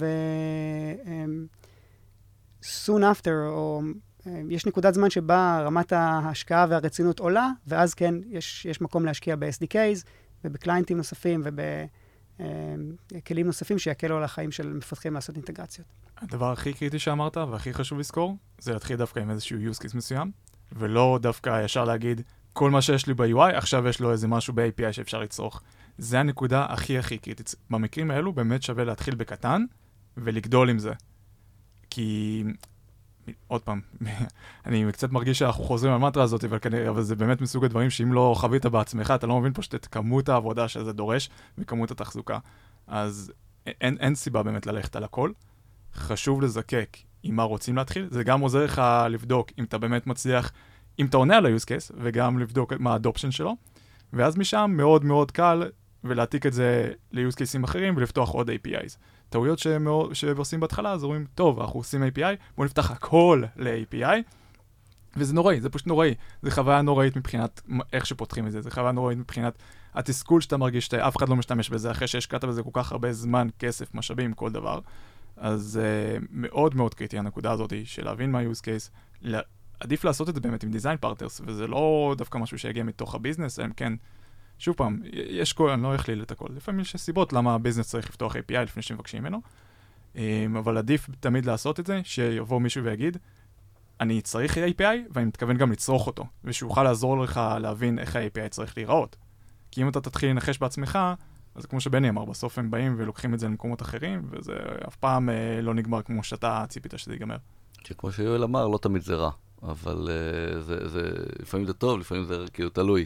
soon after, או יש נקודת זמן שבה רמת ההשקעה והרצינות עולה, ואז כן, יש מקום להשקיע ב-SDKs, ובקליינטים נוספים, ובכלים נוספים שיקלו על החיים של מפתחים לעשות אינטגרציות. הדבר הכי קריטי שאמרת, והכי חשוב לזכור, זה להתחיל דווקא עם איזשהו use case מסוים. ולא דווקא ישר להגיד, כל מה שיש לי ב-UI, עכשיו יש לו איזה משהו ב-API שאפשר לצרוך. זה הנקודה הכי קריטית. במקרים האלו באמת שווה להתחיל בקטן ולגדול עם זה. כי, עוד פעם, אני קצת מרגיש שאנחנו חוזרים על המנטרה הזאת, אבל זה באמת מסוג הדברים שאם לא חווית בעצמך, אתה לא מבין פשוט את כמות העבודה שזה דורש וכמות התחזוקה. אז אין סיבה באמת ללכת על הכל. חשוב לזקק עם מה רוצים להתחיל. זה גם עוזר לך לבדוק אם אתה באמת מצליח, אם אתה עונה על ה-use case, וגם לבדוק מה ה-adoption שלו. ואז משם מאוד מאוד קל ולהעתיק את זה ל-use cases אחרים ולפתוח עוד APIs. טעויות שעושים בהתחלה, אז אומרים, טוב, אנחנו עושים API, בואו נפתח הכל ל-API, וזה נוראי, זה פשוט נוראי. זה חוויה נוראית מבחינת איך שפותחים את זה, זה חוויה נוראית מבחינת התסכול שאתה מרגיש שאף אחד לא משתמש בזה, אחרי שהשקעת בזה כל כך הרבה זמן, כסף, משאבים, כל דבר. אז מאוד מאוד קריטי הנקודה הזאת של להבין מה ה-use case, עדיף לעשות את זה באמת עם design partners, וזה לא דווקא משהו שיגיע מתוך הביזנס, הם כן, שוב פעם, יש כל, אני לא אכליל את הכל, לפעמים יש סיבות למה הביזנס צריך לפתוח API לפני שמבקשים ממנו, אבל עדיף תמיד לעשות את זה, שיבוא מישהו ויגיד, אני צריך API ואני מתכוון גם לצרוך אותו, ושאוכל לעזור לך להבין איך ה-API צריך להיראות. כי אם אתה תתחיל לנחש בעצמך, אז כמו שבני אמר, בסוף הם באים ולוקחים את זה למקומות אחרים, וזה אף פעם לא נגמר כמו שאתה ציפית שזה ייגמר. שכמו שיואל אמר, לא תמיד זה רע, אבל לפעמים זה טוב, לפעמים זה כאילו תלוי.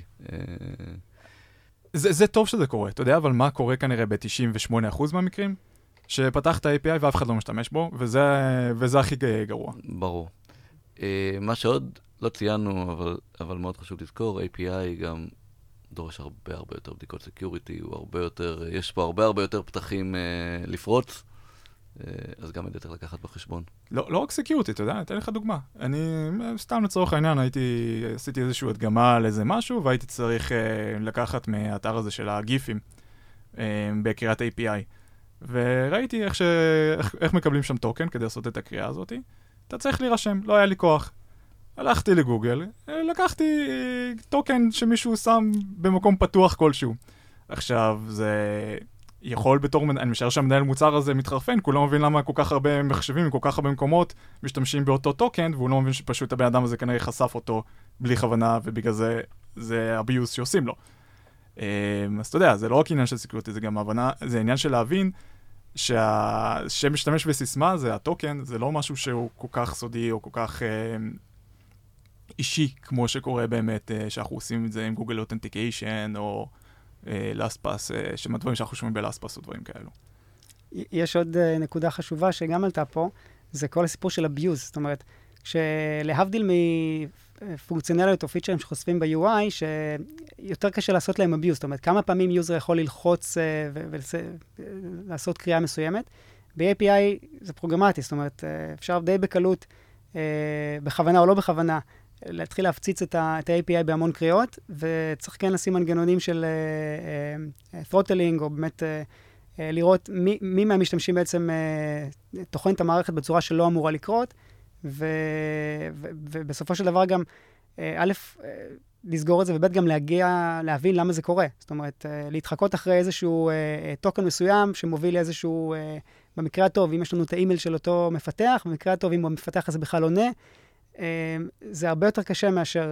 זה טוב שזה קורה, אתה יודע, אבל מה קורה כנראה ב-98% מהמקרים? שפתחת API ואף אחד לא משתמש בו, וזה הכי גרוע. ברור. מה שעוד לא ציינו, אבל מאוד חשוב לזכור, API גם דורש הרבה יותר בדיקות סקיוריטי, יש פה הרבה יותר פתחים לפרוץ, אז גם את זה צריך לקחת בחשבון. לא רק סקיוריטי, אתה יודע, אתן לך דוגמה. אני סתם לצורך העניין, עשיתי איזושהי הדגמה על איזה משהו, והייתי צריך לקחת מהאתר הזה של הגיפים בקריאת API. וראיתי איך מקבלים שם טוקן כדי לעשות את הקריאה הזאת. אתה צריך להירשם, לא היה לי כוח. הלכתי לגוגל, לקחתי טוקן שמישהו שם במקום פתוח כלשהו. עכשיו, זה יכול בתור, אני משער שהמנהל מוצר הזה מתחרפן, כי הוא לא מבין למה כל כך הרבה מחשבים, כל כך הרבה מקומות משתמשים באותו טוקן, והוא לא מבין שפשוט הבן אדם הזה כנראה חשף אותו בלי כוונה, ובגלל זה הביוס שעושים לו. אז אתה יודע, זה לא רק עניין של סקיוריטי, זה גם הבנה, זה עניין של להבין שמשתמש בסיסמה, זה הטוקן, זה לא משהו שהוא כל כך סודי או כל כך אישי, כמו שקורה באמת, שאנחנו עושים את זה עם גוגל אותנטיקיישן או לאספס, שמדברים שאנחנו שומעים בלאספס או דברים כאלו. יש עוד נקודה חשובה שגם עלתה פה, זה כל הסיפור של abuse. זאת אומרת, שלהבדיל מפונקציונליות או פיצ'רים שחושפים ב-UI, שיותר קשה לעשות להם abuse. זאת אומרת, כמה פעמים יוזר יכול ללחוץ ולעשות קריאה מסוימת. ב-API זה פרוגרמטי, זאת אומרת, אפשר די בקלות, בכוונה או לא בכוונה, להתחיל להפציץ את ה-API בהמון קריאות, וצריך כן לשים מנגנונים של throttling, או באמת לראות מי מהמשתמשים בעצם תוכן את המערכת בצורה שלא אמורה לקרות, ובסופו של דבר גם, א', לסגור את זה, וב' גם להבין למה זה קורה. זאת אומרת, להתחקות אחרי איזשהו טוקן מסוים, שמוביל לאיזשהו, במקרה הטוב, אם יש לנו את האימייל של אותו מפתח, במקרה הטוב, אם המפתח הזה בכלל עונה, זה הרבה יותר קשה מאשר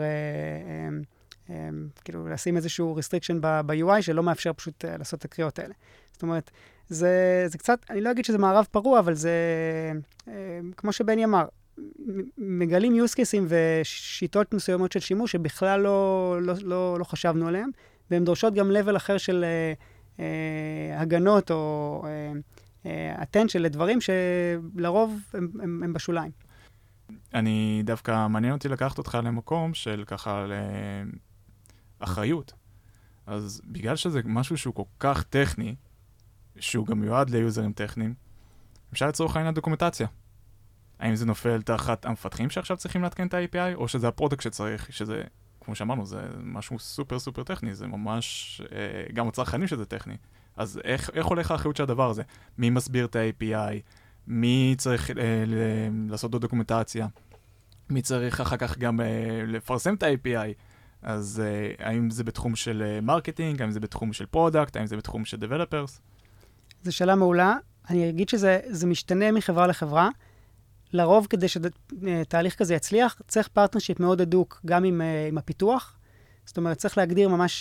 כאילו לשים איזשהו restriction ב-UI שלא מאפשר פשוט לעשות את הקריאות האלה. זאת אומרת, זה קצת, אני לא אגיד שזה מערב פרוע, אבל זה, כמו שבני אמר, מגלים use cases ושיטות מסוימות של שימוש שבכלל לא חשבנו עליהם, והן דורשות גם level אחר של הגנות או attention לדברים שלרוב הם בשוליים. אני דווקא מעניין אותי לקחת אותך למקום של ככה לאחריות. אז בגלל שזה משהו שהוא כל כך טכני, שהוא גם מיועד ליוזרים טכניים, אפשר לצורך העניין דוקומנטציה. האם זה נופל תחת המפתחים שעכשיו צריכים להתקן את ה-API, או שזה הפרודקט שצריך, שזה, כמו שאמרנו, זה משהו סופר סופר טכני, זה ממש, גם הצרכנים שזה טכני. אז איך הולך האחריות של הדבר הזה? מי מסביר את ה-API? מי צריך לעשות עוד דוקומנטציה? מי צריך אחר כך גם לפרסם את ה-API? אז האם זה בתחום של מרקטינג? האם זה בתחום של פרודקט? האם זה בתחום של דבלופרס? זו שאלה מעולה. אני אגיד שזה משתנה מחברה לחברה. לרוב, כדי שתהליך כזה יצליח, צריך פרטנרשיפ מאוד הדוק גם עם הפיתוח. זאת אומרת, צריך להגדיר ממש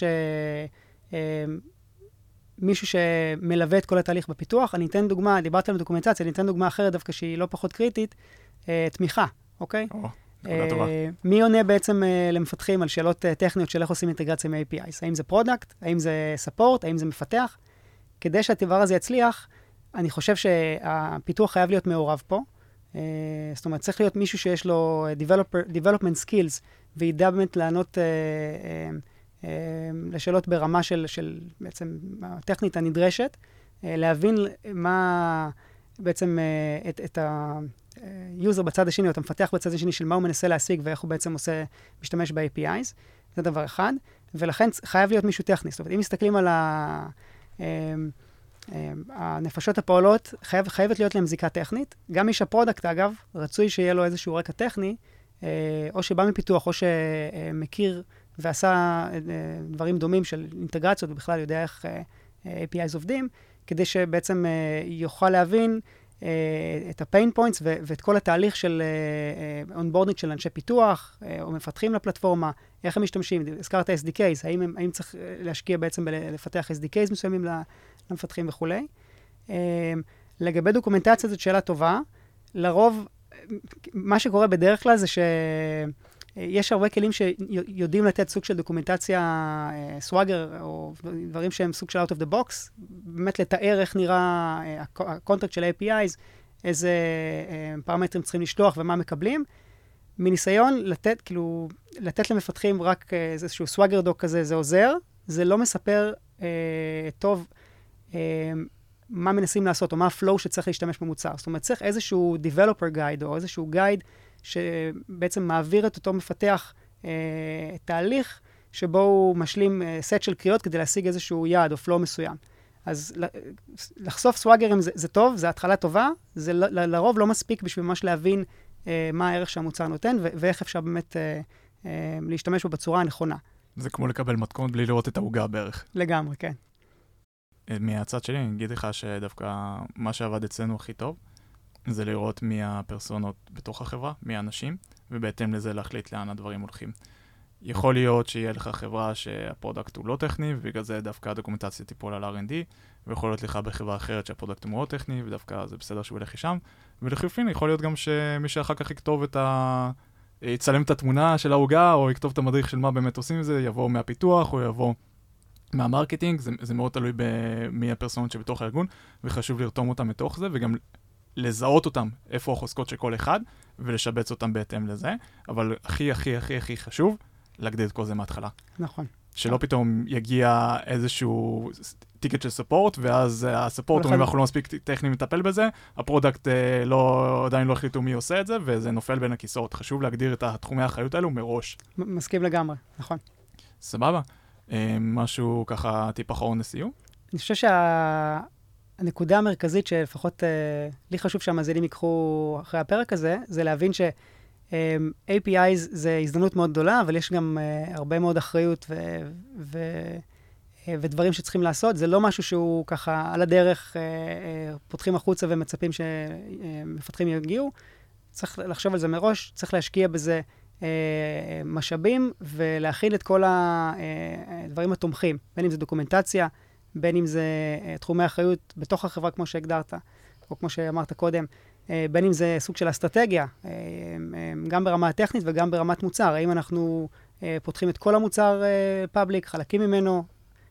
מישהו שמלווה את כל התהליך בפיתוח. אני אתן דוגמה, דיברתי על דוקומנטציה, אני אתן דוגמה אחרת דווקא שהיא לא פחות קריטית, תמיכה, אוקיי? נקודה טובה. מי עונה בעצם למפתחים על שאלות טכניות של איך עושים אינטגרציה עם APIs? האם זה פרודקט? האם זה ספורט? האם זה מפתח? כדי שהדבר הזה יצליח, אני חושב שהפיתוח חייב להיות מעורב פה. זאת אומרת, צריך להיות מישהו שיש לו development skills, וידע באמת לענות לשאלות ברמה של בעצם הטכנית הנדרשת, להבין מה בעצם את היוזר בצד השני, או את המפתח בצד השני של מה הוא מנסה להשיג, ואיך הוא בעצם משתמש ב-APIs. זה דבר אחד. ולכן חייב להיות מישהו טכני. זאת אומרת, אם מסתכלים על הנפשות הפועלות, חייבת להיות להם זיקה טכנית. גם איש הפרודקט, אגב, רצוי שיהיה לו איזשהו רקע טכני, או שבא מפיתוח, או שמכיר ועשה דברים דומים של אינטגרציות, ובכלל יודע איך APIs עובדים, כדי שבעצם יוכל להבין את ה-pain points ואת כל התהליך של onboarding של אנשי פיתוח, או מפתחים לפלטפורמה, איך הם משתמשים. הזכרת SDKs, האם צריך להשקיע בעצם לפתח SDKs מסוימים למפתחים וכו'. לגבי דוקומנטציה, זאת שאלה טובה. לרוב, מה שקורה בדרך כלל זה שיש הרבה כלים שיודעים לתת סוג של דוקומנטציה, סוואגר, או דברים שהם סוג של out of the box, באמת לתאר איך נראה הקונטרקט של ה-APIs, איזה פרמטרים צריכים לשלוח ומה מקבלים. מניסיון, לתת למפתחים רק איזשהו סוואגר דוק כזה, זה עוזר, זה לא מספר טוב מה מנסים לעשות, או מה הפלואו שצריך להשתמש במוצר. זאת אומרת, צריך איזשהו developer guide, או איזשהו guide שבעצם מעביר את אותו מפתח תהליך, שבו הוא משלים סט של קריאות כדי להשיג איזשהו יעד או פלואו מסוים. אז לחשוף סוואגרים זה טוב, זה התחלה טובה, זה לרוב לא מספיק בשביל ממש להבין מה הערך שהמוצר נותן, ואיך אפשר באמת להשתמש בו בצורה הנכונה. זה כמו לקבל מתכון בלי לראות את העוגה בערך. לגמרי, כן. מהצד שלי, אני אגיד לך שדווקא מה שעבד אצלנו הכי טוב, זה לראות מי הפרסונות בתוך החברה, מי האנשים, ובהתאם לזה להחליט לאן הדברים הולכים. יכול להיות שיהיה לך חברה שהפרודקט הוא לא טכני, ובגלל זה דווקא הדוקומנטציה תיפול על R&D, ויכול להיות לך בחברה אחרת שהפרודקט הוא מאוד טכני, ודווקא זה בסדר שהוא ילך לשם. ולחילופין, יכול להיות גם שמי שאחר כך יכתוב יצלם את התמונה של העוגה, או יכתוב את המדריך של מה באמת עושים עם זה, יבוא מהפיתוח, או יבוא מהמרקטינג, זה מאוד תלוי במי הפרסונות שבתוך הארגון, וחשוב לרתום אותם מתוך זה, וגם לזהות אותם איפה החוזקות של כל אחד, ולשבץ אותם בהתאם לזה, אבל הכי הכי הכי הכי חשוב, להגדיל את כל זה מההתחלה. נכון. שלא פתאום יגיע איזשהו טיקט של ספורט, ואז הספורט אומרים, אנחנו לא מספיק טכניים לטפל בזה, הפרודקט עדיין לא החליטו מי עושה את זה, וזה נופל בין הכיסאות. חשוב להגדיר את התחומי האחריות האלו מראש. מסכים לגמרי, נכון. סבבה. משהו ככה טיפ אחרון לסיום? אני חושב שהנקודה המרכזית שלפחות לי חשוב שהמאזינים ייקחו אחרי הפרק הזה, זה להבין APIs זה הזדמנות מאוד גדולה, אבל יש גם הרבה מאוד אחריות ודברים שצריכים לעשות. זה לא משהו שהוא ככה על הדרך פותחים החוצה ומצפים שמפתחים יגיעו. צריך לחשוב על זה מראש, צריך להשקיע בזה משאבים ולהכין את כל הדברים התומכים, בין אם זה דוקומנטציה, בין אם זה תחומי אחריות בתוך החברה כמו שהגדרת, או כמו שאמרת קודם, בין אם זה סוג של אסטרטגיה, גם ברמה הטכנית וגם ברמת מוצר. האם אנחנו פותחים את כל המוצר פאבליק, חלקים ממנו,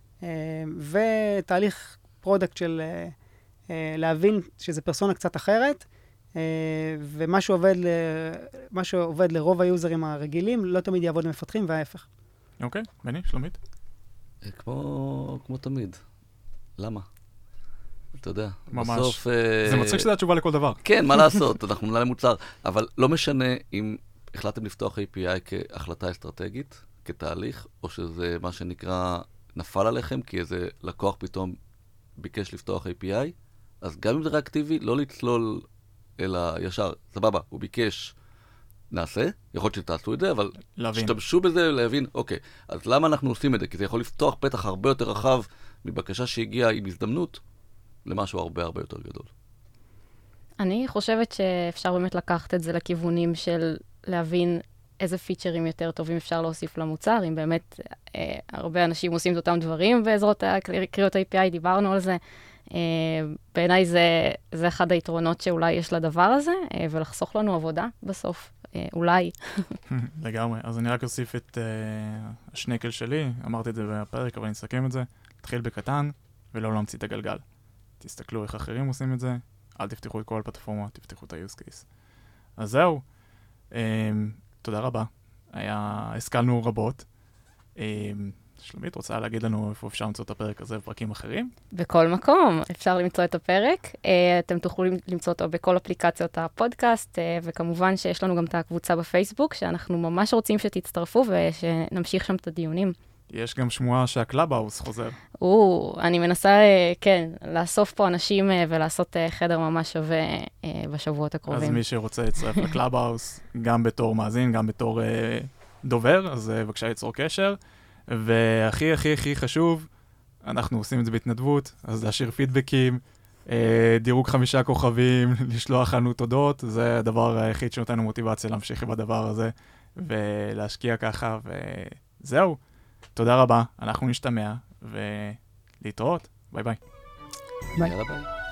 ותהליך פרודקט של להבין שזה פרסונה קצת אחרת, ומה שעובד לרוב היוזרים הרגילים, לא תמיד יעבוד למפתחים, וההפך. אוקיי, בני, שלומית. כמו תמיד. למה? אתה יודע, ממש. בסוף... זה מצחיק שזה התשובה לכל דבר. כן, מה לעשות? אנחנו מנהלי מוצר. אבל לא משנה אם החלטתם לפתוח API כהחלטה אסטרטגית, כתהליך, או שזה מה שנקרא נפל עליכם, כי איזה לקוח פתאום ביקש לפתוח API, אז גם אם זה ריאקטיבי, לא לצלול אלא ישר, סבבה, הוא ביקש, נעשה, יכול להיות שתעשו את זה, אבל תשתמשו בזה להבין, אוקיי, אז למה אנחנו עושים את זה? כי זה יכול לפתוח פתח הרבה יותר רחב מבקשה שהגיעה עם הזדמנות, למשהו הרבה הרבה יותר גדול. אני חושבת שאפשר באמת לקחת את זה לכיוונים של להבין איזה פיצ'רים יותר טובים אפשר להוסיף למוצר, אם באמת הרבה אנשים עושים את אותם דברים בעזרות קריאות API, דיברנו על זה. בעיניי זה אחד היתרונות שאולי יש לדבר הזה, ולחסוך לנו עבודה בסוף, אולי. לגמרי. אז אני רק אוסיף את השנקל שלי, אמרתי את זה בפרק, אבל אני אסכם את זה. תתחיל בקטן ולא להמציא את הגלגל. תסתכלו איך אחרים עושים את זה, אל תפתחו את כל הפלטפורמה, תפתחו את ה-use case. אז זהו. תודה רבה. השכלנו רבות. שלומית, רוצה להגיד לנו איפה אפשר למצוא את הפרק הזה בפרקים אחרים? בכל מקום אפשר למצוא את הפרק. אתם תוכלו למצוא אותו בכל אפליקציות הפודקאסט, וכמובן שיש לנו גם את הקבוצה בפייסבוק, שאנחנו ממש רוצים שתצטרפו ושנמשיך שם את הדיונים. יש גם שמועה שהקלאבהאוס חוזר. אני מנסה, כן, לאסוף פה אנשים ולעשות חדר ממש שווה בשבועות הקרובים. אז מי שרוצה לצרף לקלאבהאוס, גם בתור מאזין, גם בתור דובר, אז בבקשה ליצור קשר. והכי הכי הכי חשוב, אנחנו עושים את זה בהתנדבות, אז להשאיר פידבקים, דירוג 5 כוכבים, לשלוח לנו תודות, זה הדבר היחיד שנותן לנו מוטיבציה להמשיך בדבר הזה, ולהשקיע ככה, וזהו. תודה רבה, אנחנו נשתמע, ולהתראות. ביי ביי. ביי. יאללה ביי.